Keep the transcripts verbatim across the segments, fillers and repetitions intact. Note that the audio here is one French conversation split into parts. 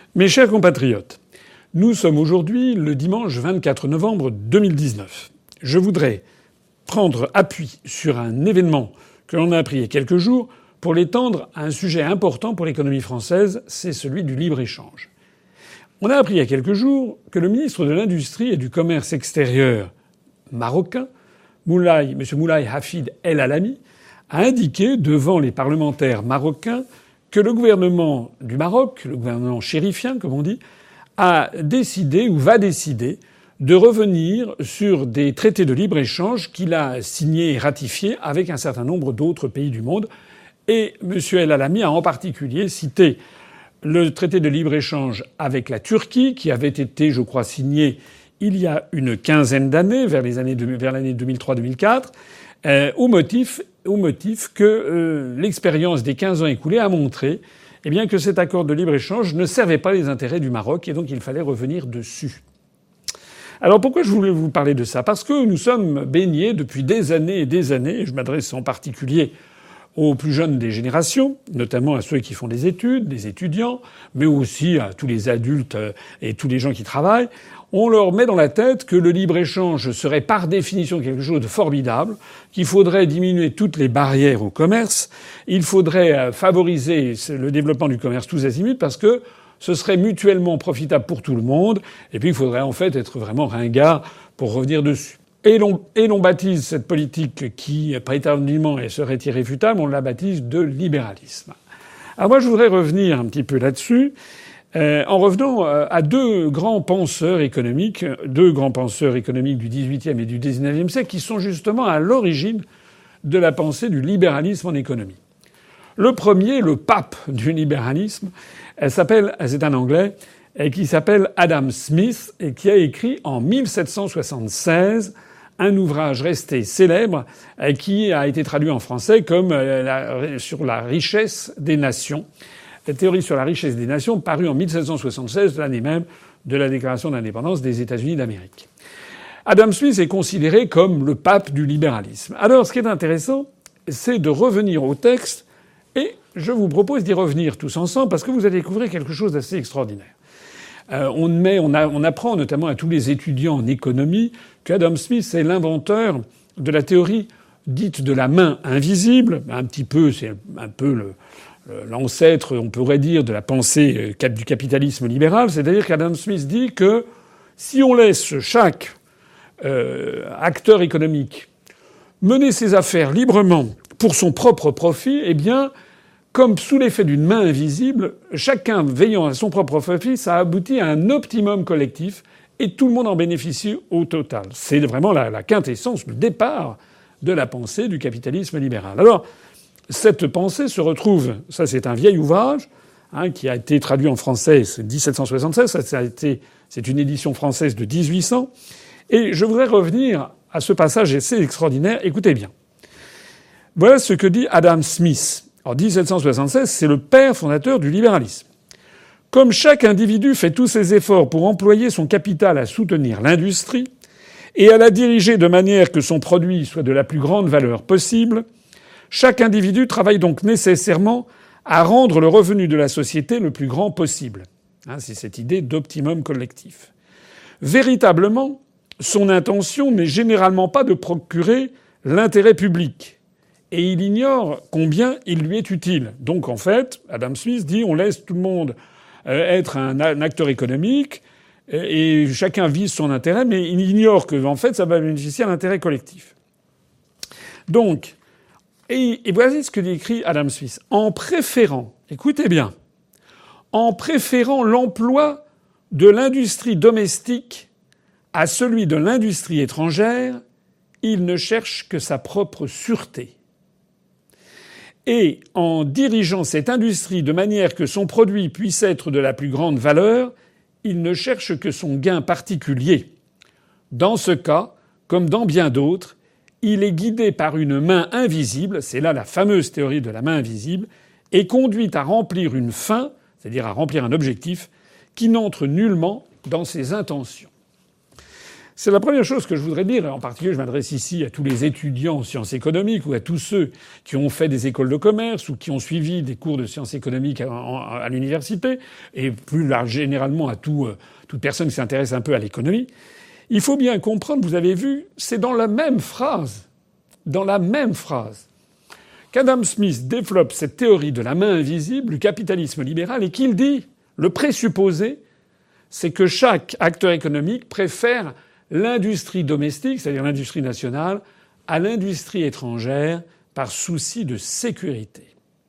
Mes chers compatriotes, nous sommes aujourd'hui le dimanche vingt-quatre novembre deux mille dix-neuf. Je voudrais prendre appui sur un événement que l'on a appris il y a quelques jours pour l'étendre à un sujet important pour l'économie française, c'est celui du libre-échange. On a appris il y a quelques jours que le ministre de l'Industrie et du Commerce extérieur marocain, Moulay, M. Moulay Hafid El Alami, a indiqué devant les parlementaires marocains que le gouvernement du Maroc, le gouvernement chérifien, comme on dit, a décidé ou va décider de revenir sur des traités de libre-échange qu'il a signés et ratifiés avec un certain nombre d'autres pays du monde. Et M. El Alami a en particulier cité le traité de libre-échange avec la Turquie, qui avait été, je crois, signé il y a une quinzaine d'années, vers les années vers l'année deux mille trois deux mille quatre, euh, au motif au motif que euh, l'expérience des quinze ans écoulés a montré eh bien, que cet accord de libre-échange ne servait pas les intérêts du Maroc et donc il fallait revenir dessus. Alors pourquoi je voulais vous parler de ça ? Parce que nous sommes baignés depuis des années et des années, et je m'adresse en particulier aux plus jeunes des générations, notamment à ceux qui font des études, des étudiants, mais aussi à tous les adultes et tous les gens qui travaillent. On leur met dans la tête que le libre-échange serait par définition quelque chose de formidable, qu'il faudrait diminuer toutes les barrières au commerce, il faudrait favoriser le développement du commerce tous azimuts parce que ce serait mutuellement profitable pour tout le monde, et puis il faudrait en fait être vraiment ringard pour revenir dessus. Et l'on, et l'on baptise cette politique qui, prétendument, serait irréfutable, on la baptise de libéralisme. Alors moi, je voudrais revenir un petit peu là-dessus, euh, en revenant à deux grands penseurs économiques, deux grands penseurs économiques du dix-huitième et du dix-neuvième siècle, qui sont justement à l'origine de la pensée du libéralisme en économie. Le premier, le pape du libéralisme, elle s'appelle, c'est un Anglais, et qui s'appelle Adam Smith, et qui a écrit en mille sept cent soixante-seize un ouvrage resté célèbre qui a été traduit en français comme la, sur la richesse des nations. La théorie sur la richesse des nations, parue en mille sept cent soixante-seize, l'année même de la déclaration d'indépendance des États-Unis d'Amérique. Adam Smith est considéré comme le pape du libéralisme. Alors, ce qui est intéressant, c'est de revenir au texte, et je vous propose d'y revenir tous ensemble parce que vous allez découvrir quelque chose d'assez extraordinaire. Euh, on, met, on, a, on apprend notamment à tous les étudiants en économie qu'Adam Smith est l'inventeur de la théorie dite de la main invisible. Un petit peu, c'est un peu le, l'ancêtre, on pourrait dire, de la pensée du capitalisme libéral. C'est-à-dire qu'Adam Smith dit que si on laisse chaque euh, acteur économique mener ses affaires librement pour son propre profit, eh bien, comme sous l'effet d'une main invisible, chacun veillant à son propre profit, ça aboutit à un optimum collectif et tout le monde en bénéficie au total. C'est vraiment la, la quintessence, le départ de la pensée du capitalisme libéral. Alors, cette pensée se retrouve, ça c'est un vieil ouvrage hein, qui a été traduit en français, c'est dix-sept cent soixante-seize, ça, ça a été, c'est une édition française de dix-huit cents. Et je voudrais revenir à ce passage assez extraordinaire. Écoutez bien. Voilà ce que dit Adam Smith. En dix-sept cent soixante-seize, c'est le père fondateur du libéralisme. Comme chaque individu fait tous ses efforts pour employer son capital à soutenir l'industrie et à la diriger de manière que son produit soit de la plus grande valeur possible, chaque individu travaille donc nécessairement à rendre le revenu de la société le plus grand possible. Hein, c'est cette idée d'optimum collectif. Véritablement, son intention n'est généralement pas de procurer l'intérêt public. Et il ignore combien il lui est utile. Donc en fait, Adam Smith dit on laisse tout le monde être un acteur économique et chacun vise son intérêt, mais il ignore que en fait ça va bénéficier à l'intérêt collectif. Donc, et, et voici ce que dit écrit Adam Smith. En préférant, écoutez bien, en préférant l'emploi de l'industrie domestique à celui de l'industrie étrangère, il ne cherche que sa propre sûreté. Et en dirigeant cette industrie de manière que son produit puisse être de la plus grande valeur, il ne cherche que son gain particulier. Dans ce cas, comme dans bien d'autres, il est guidé par une main invisible, c'est là la fameuse théorie de la main invisible, et conduit à remplir une fin, c'est-à-dire à remplir un objectif, qui n'entre nullement dans ses intentions. C'est la première chose que je voudrais dire. En particulier, je m'adresse ici à tous les étudiants en sciences économiques ou à tous ceux qui ont fait des écoles de commerce ou qui ont suivi des cours de sciences économiques à, à, à l'université, et plus large, généralement à tout, euh, toute personne qui s'intéresse un peu à l'économie. Il faut bien comprendre, vous avez vu, c'est dans la même phrase, dans la même phrase, qu'Adam Smith développe cette théorie de la main invisible du capitalisme libéral et qu'il dit, le présupposé, c'est que chaque acteur économique préfère l'industrie domestique, c'est-à-dire l'industrie nationale, à l'industrie étrangère par souci de sécurité.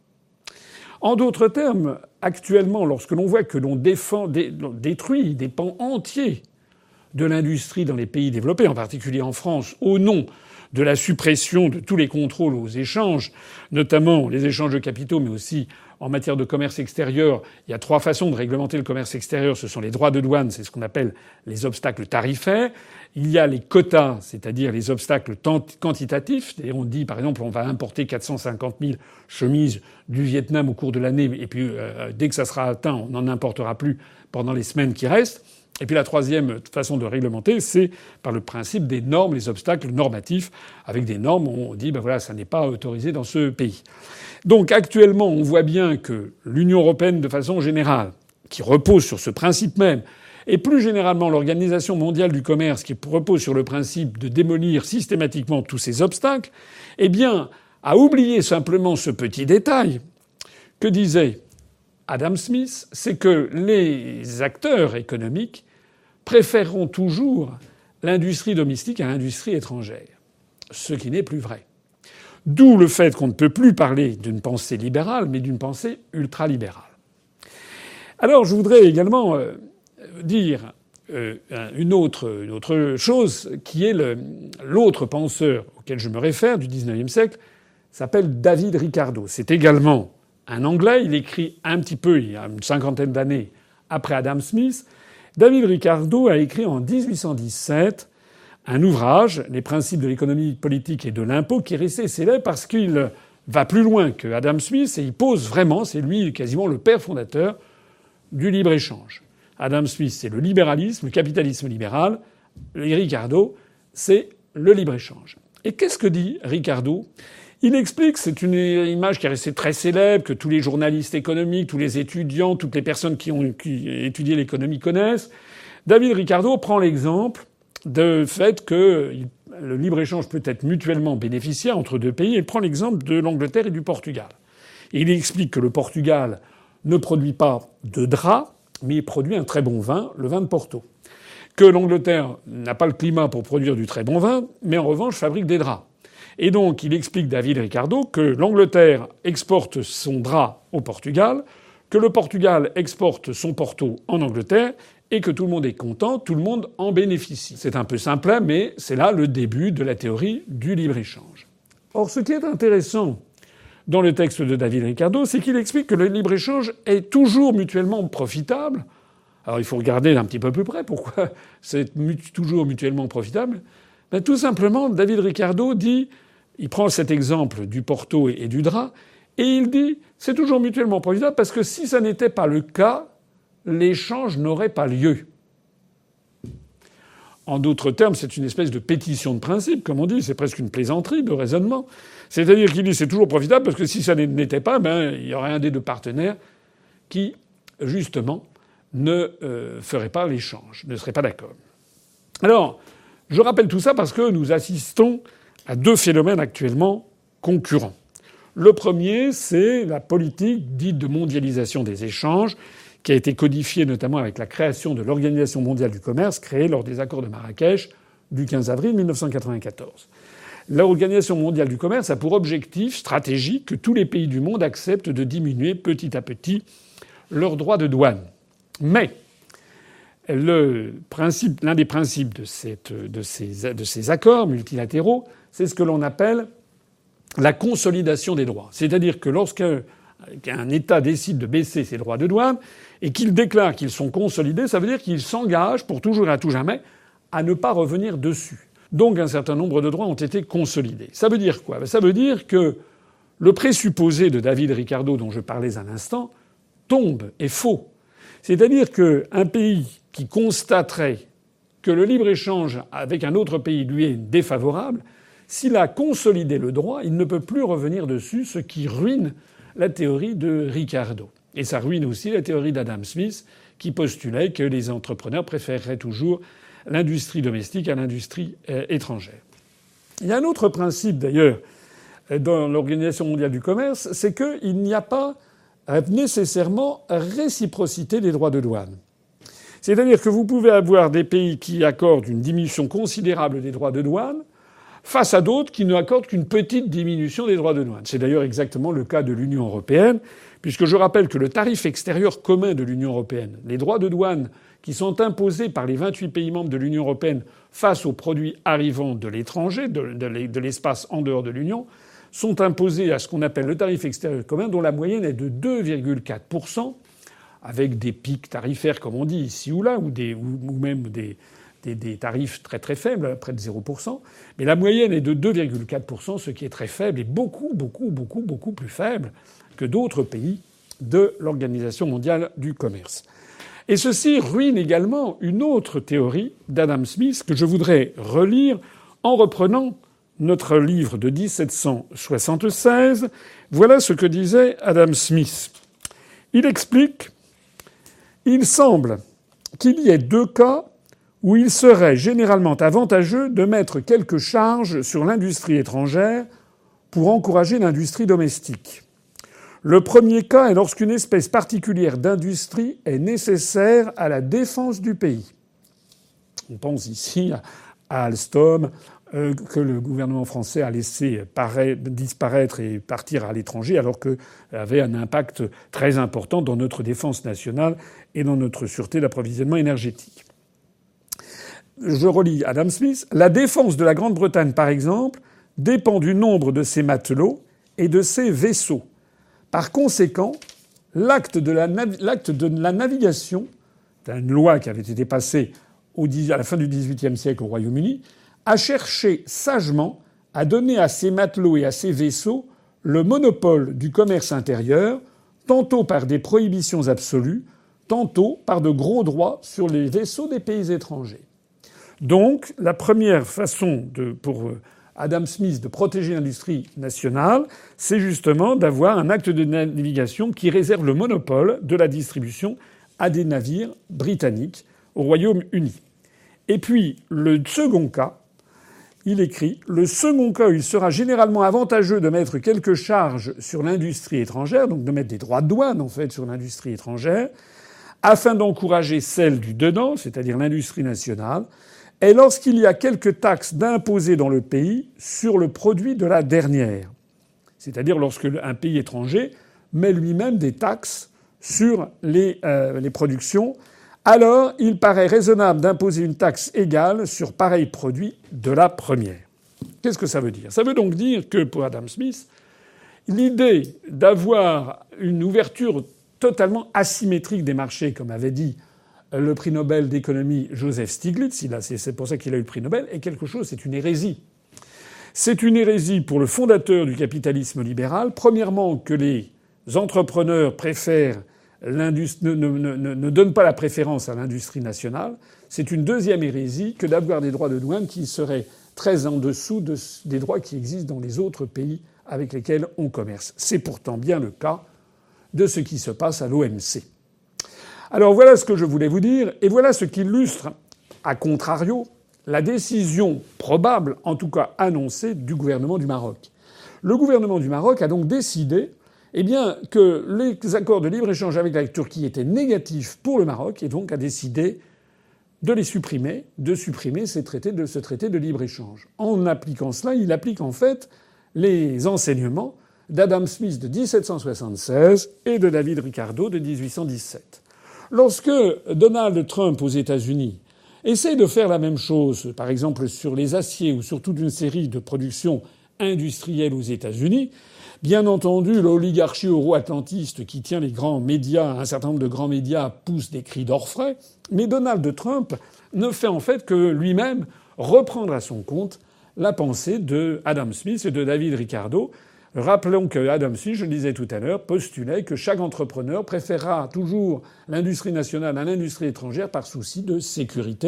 En d'autres termes, actuellement, lorsque l'on voit que l'on défend, dé, détruit des pans entiers de l'industrie dans les pays développés, en particulier en France, au nom de la suppression de tous les contrôles aux échanges, notamment les échanges de capitaux, mais aussi en matière de commerce extérieur, il y a trois façons de réglementer le commerce extérieur. Ce sont les droits de douane, c'est ce qu'on appelle les obstacles tarifaires. Il y a les quotas, c'est-à-dire les obstacles quantitatifs. Et on dit, par exemple, on va importer quatre cent cinquante mille chemises du Vietnam au cours de l'année, et puis euh, dès que ça sera atteint, on n'en importera plus pendant les semaines qui restent. Et puis la troisième façon de réglementer, c'est par le principe des normes, les obstacles normatifs. Avec des normes, on dit, ben voilà, ça n'est pas autorisé dans ce pays. Donc actuellement, on voit bien que l'Union européenne, de façon générale, qui repose sur ce principe même, et plus généralement l'Organisation mondiale du commerce, qui repose sur le principe de démolir systématiquement tous ces obstacles, eh bien, a oublié simplement ce petit détail que disait Adam Smith, c'est que les acteurs économiques préféreront toujours l'industrie domestique à l'industrie étrangère. Ce qui n'est plus vrai. D'où le fait qu'on ne peut plus parler d'une pensée libérale, mais d'une pensée ultralibérale. Alors, je voudrais également euh, dire euh, une, autre, une autre chose, qui est le, l'autre penseur auquel je me réfère du dix-neuvième siècle, s'appelle David Ricardo. C'est également un Anglais. Il écrit un petit peu, il y a une cinquantaine d'années, après Adam Smith. David Ricardo a écrit en dix-huit cent dix-sept un ouvrage, Les principes de l'économie politique et de l'impôt, qui est resté célèbre parce qu'il va plus loin que Adam Smith et il pose vraiment, c'est lui quasiment le père fondateur du libre-échange. Adam Smith, c'est le libéralisme, le capitalisme libéral. Et Ricardo, c'est le libre-échange. Et qu'est-ce que dit Ricardo ? Il explique, c'est une image qui est restée très célèbre, que tous les journalistes économiques, tous les étudiants, toutes les personnes qui ont qui étudié l'économie connaissent. David Ricardo prend l'exemple du fait que le libre-échange peut être mutuellement bénéficiaire entre deux pays. Il prend l'exemple de l'Angleterre et du Portugal. Et il explique que le Portugal ne produit pas de draps, mais il produit un très bon vin, le vin de Porto. Que l'Angleterre n'a pas le climat pour produire du très bon vin, mais en revanche fabrique des draps. Et donc, il explique, David Ricardo, que l'Angleterre exporte son drap au Portugal, que le Portugal exporte son Porto en Angleterre, et que tout le monde est content, tout le monde en bénéficie. C'est un peu simple, mais c'est là le début de la théorie du libre-échange. Or, ce qui est intéressant dans le texte de David Ricardo, c'est qu'il explique que le libre-échange est toujours mutuellement profitable. Alors, il faut regarder d'un petit peu plus près pourquoi c'est toujours mutuellement profitable. Ben, tout simplement, David Ricardo dit, il prend cet exemple du Porto et du drap, et il dit, c'est toujours mutuellement profitable parce que si ça n'était pas le cas, l'échange n'aurait pas lieu. En d'autres termes, c'est une espèce de pétition de principe, comme on dit. C'est presque une plaisanterie de raisonnement. C'est-à-dire qu'il dit c'est toujours profitable parce que si ça n'était pas, ben il y aurait un des deux partenaires qui, justement, ne euh, ferait pas l'échange, ne serait pas d'accord. Alors, je rappelle tout ça parce que nous assistons à deux phénomènes actuellement concurrents. Le premier, c'est la politique dite de mondialisation des échanges, qui a été codifiée notamment avec la création de l'Organisation mondiale du commerce, créée lors des accords de Marrakech du quinze avril mille neuf cent quatre-vingt-quatorze. L'Organisation mondiale du commerce a pour objectif stratégique que tous les pays du monde acceptent de diminuer petit à petit leurs droits de douane. Mais le principe, l'un des principes de, cette, de, ces, de ces accords multilatéraux, c'est ce que l'on appelle la consolidation des droits. C'est-à-dire que lorsqu'un qu'un État décide de baisser ses droits de douane et qu'il déclare qu'ils sont consolidés, ça veut dire qu'il s'engage pour toujours et à tout jamais à ne pas revenir dessus. Donc un certain nombre de droits ont été consolidés. Ça veut dire quoi ? Ça veut dire que le présupposé de David Ricardo dont je parlais à l'instant tombe, est faux. C'est-à-dire qu'un pays qui constaterait que le libre-échange avec un autre pays lui est défavorable, s'il a consolidé le droit, il ne peut plus revenir dessus, ce qui ruine la théorie de Ricardo. Et ça ruine aussi la théorie d'Adam Smith, qui postulait que les entrepreneurs préféreraient toujours l'industrie domestique à l'industrie euh, étrangère. Il y a un autre principe, d'ailleurs, dans l'Organisation mondiale du commerce, c'est qu'il n'y a pas nécessairement réciprocité des droits de douane. C'est-à-dire que vous pouvez avoir des pays qui accordent une diminution considérable des droits de douane face à d'autres qui n'accordent qu'une petite diminution des droits de douane. C'est d'ailleurs exactement le cas de l'Union européenne, puisque je rappelle que le tarif extérieur commun de l'Union européenne, les droits de douane qui sont imposés par les vingt-huit pays membres de l'Union européenne face aux produits arrivant de l'étranger, de, de, de l'espace en dehors de l'Union, sont imposés à ce qu'on appelle le tarif extérieur commun, dont la moyenne est de deux virgule quatre pour cent, avec des pics tarifaires, comme on dit, ici ou là, ou, des, ou, ou même des, des, des tarifs très très faibles, près de zéro pour cent. Mais la moyenne est de deux virgule quatre pour cent, ce qui est très faible, et beaucoup, beaucoup, beaucoup, beaucoup plus faible que d'autres pays de l'Organisation mondiale du commerce. Et ceci ruine également une autre théorie d'Adam Smith que je voudrais relire en reprenant notre livre de dix-sept cent soixante-seize. Voilà ce que disait Adam Smith. Il explique « Il semble qu'il y ait deux cas où il serait généralement avantageux de mettre quelques charges sur l'industrie étrangère pour encourager l'industrie domestique. Le premier cas est lorsqu'une espèce particulière d'industrie est nécessaire à la défense du pays. » On pense ici à Alstom, euh, que le gouvernement français a laissé disparaître et partir à l'étranger, alors qu'elle avait un impact très important dans notre défense nationale et dans notre sûreté d'approvisionnement énergétique. Je relis Adam Smith. « La défense de la Grande-Bretagne, par exemple, dépend du nombre de ses matelots et de ses vaisseaux. Par conséquent, l'acte de la, nav- l'acte de la navigation, une loi qui avait été passée au, à la fin du dix-huitième siècle au Royaume-Uni, a cherché sagement à donner à ses matelots et à ses vaisseaux le monopole du commerce intérieur, tantôt par des prohibitions absolues, tantôt par de gros droits sur les vaisseaux des pays étrangers. » Donc, la première façon de, pour Adam Smith de protéger l'industrie nationale, c'est justement d'avoir un acte de navigation qui réserve le monopole de la distribution à des navires britanniques au Royaume-Uni. Et puis, le second cas, il écrit « Le second cas où il sera généralement avantageux de mettre quelques charges sur l'industrie étrangère, donc de mettre des droits de douane, en fait, sur l'industrie étrangère, afin d'encourager celle du dedans, c'est-à-dire l'industrie nationale, est lorsqu'il y a quelques taxes d'imposer dans le pays sur le produit de la dernière. C'est-à-dire lorsque un pays étranger met lui-même des taxes sur les, euh, les productions, alors il paraît raisonnable d'imposer une taxe égale sur pareil produit de la première. » Qu'est-ce que ça veut dire ? Ça veut donc dire que pour Adam Smith, l'idée d'avoir une ouverture totalement asymétrique des marchés, comme avait dit le prix Nobel d'économie Joseph Stiglitz, il a, c'est pour ça qu'il a eu le prix Nobel, est quelque chose, c'est une hérésie. C'est une hérésie pour le fondateur du capitalisme libéral. Premièrement, que les entrepreneurs préfèrent l'industrie, ne, ne, ne, ne donnent pas la préférence à l'industrie nationale. C'est une deuxième hérésie que d'avoir des droits de douane qui seraient très en dessous de, des droits qui existent dans les autres pays avec lesquels on commerce. C'est pourtant bien le cas de ce qui se passe à l'O M C. Alors voilà ce que je voulais vous dire, et voilà ce qui illustre, à contrario, la décision probable, en tout cas annoncée, du gouvernement du Maroc. Le gouvernement du Maroc a donc décidé, eh bien, que les accords de libre-échange avec la Turquie étaient négatifs pour le Maroc, et donc a décidé de les supprimer, de supprimer ces traités de, ce traité de libre-échange. En appliquant cela, il applique en fait les enseignements d'Adam Smith de dix-sept cent soixante-seize et de David Ricardo de dix-huit cent dix-sept. Lorsque Donald Trump aux États-Unis essaie de faire la même chose, par exemple sur les aciers ou sur toute une série de productions industrielles aux États-Unis, bien entendu, l'oligarchie euro-atlantiste qui tient les grands médias, un certain nombre de grands médias, pousse des cris d'orfraie. Mais Donald Trump ne fait en fait que lui-même reprendre à son compte la pensée de Adam Smith et de David Ricardo. Rappelons que Adam Smith, je le disais tout à l'heure, postulait que chaque entrepreneur préférera toujours l'industrie nationale à l'industrie étrangère par souci de sécurité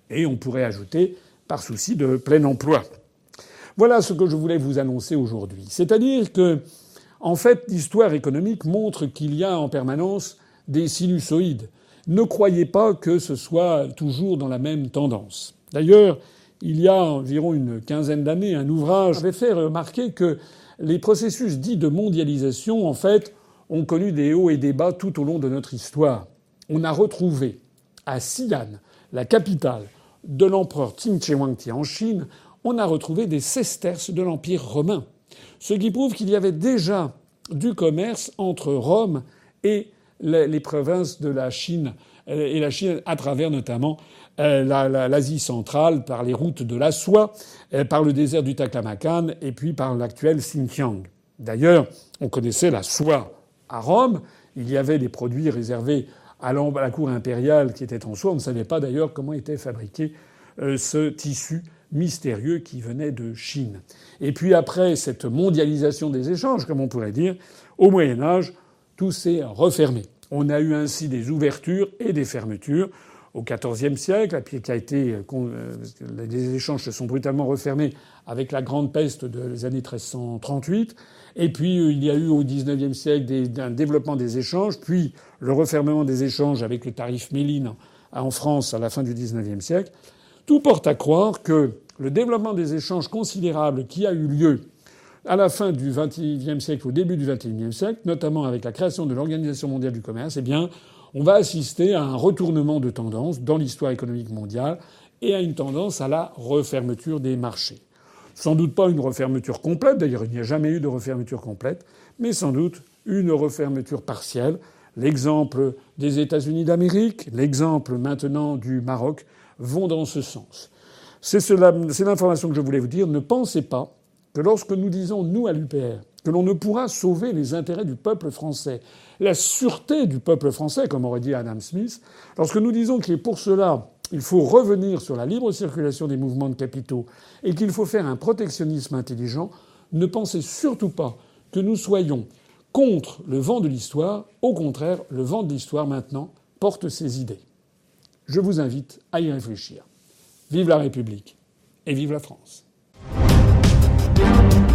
Et on pourrait ajouter par souci de plein emploi. Voilà ce que je voulais vous annoncer aujourd'hui. C'est-à-dire que, en fait, l'histoire économique montre qu'il y a en permanence des sinusoïdes. Ne croyez pas que ce soit toujours dans la même tendance. D'ailleurs, il y a environ une quinzaine d'années, un ouvrage avait fait remarquer que les processus dits de mondialisation, en fait, ont connu des hauts et des bas tout au long de notre histoire. On a retrouvé à Xi'an, la capitale de l'empereur Qin Shi Huangdi en Chine, on a retrouvé des sesterces de l'Empire romain. Ce qui prouve qu'il y avait déjà du commerce entre Rome et les provinces de la Chine, et la Chine à travers notamment l'Asie centrale, par les routes de la soie, par le désert du Taklamakan et puis par l'actuel Xinjiang. D'ailleurs, on connaissait la soie à Rome. Il y avait des produits réservés à la cour impériale qui étaient en soie. On ne savait pas d'ailleurs comment était fabriqué ce tissu mystérieux qui venait de Chine. Et puis après cette mondialisation des échanges, comme on pourrait dire, au Moyen Âge, tout s'est refermé. On a eu ainsi des ouvertures et des fermetures. Au quatorzième siècle, puis qui a été, les échanges se sont brutalement refermés avec la grande peste des années treize cent trente-huit. Et puis il y a eu au dix-neuvième siècle des, un développement des échanges, puis le refermement des échanges avec le tarif Méline en France à la fin du dix-neuvième siècle. Tout porte à croire que le développement des échanges considérables qui a eu lieu à la fin du vingtième siècle, au début du vingt et unième siècle, notamment avec la création de l'Organisation mondiale du commerce, eh bien, on va assister à un retournement de tendance dans l'histoire économique mondiale et à une tendance à la refermeture des marchés. Sans doute pas une refermeture complète, d'ailleurs il n'y a jamais eu de refermeture complète, mais sans doute une refermeture partielle. L'exemple des États-Unis d'Amérique, l'exemple maintenant du Maroc vont dans ce sens. C'est cela, c'est l'information que je voulais vous dire. Ne pensez pas que lorsque nous disons, nous, à l'U P R, que l'on ne pourra sauver les intérêts du peuple français, la sûreté du peuple français, comme aurait dit Adam Smith, lorsque nous disons que pour cela, il faut revenir sur la libre circulation des mouvements de capitaux et qu'il faut faire un protectionnisme intelligent, ne pensez surtout pas que nous soyons contre le vent de l'histoire. Au contraire, le vent de l'histoire, maintenant, porte ses idées. Je vous invite à y réfléchir. Vive la République et vive la France.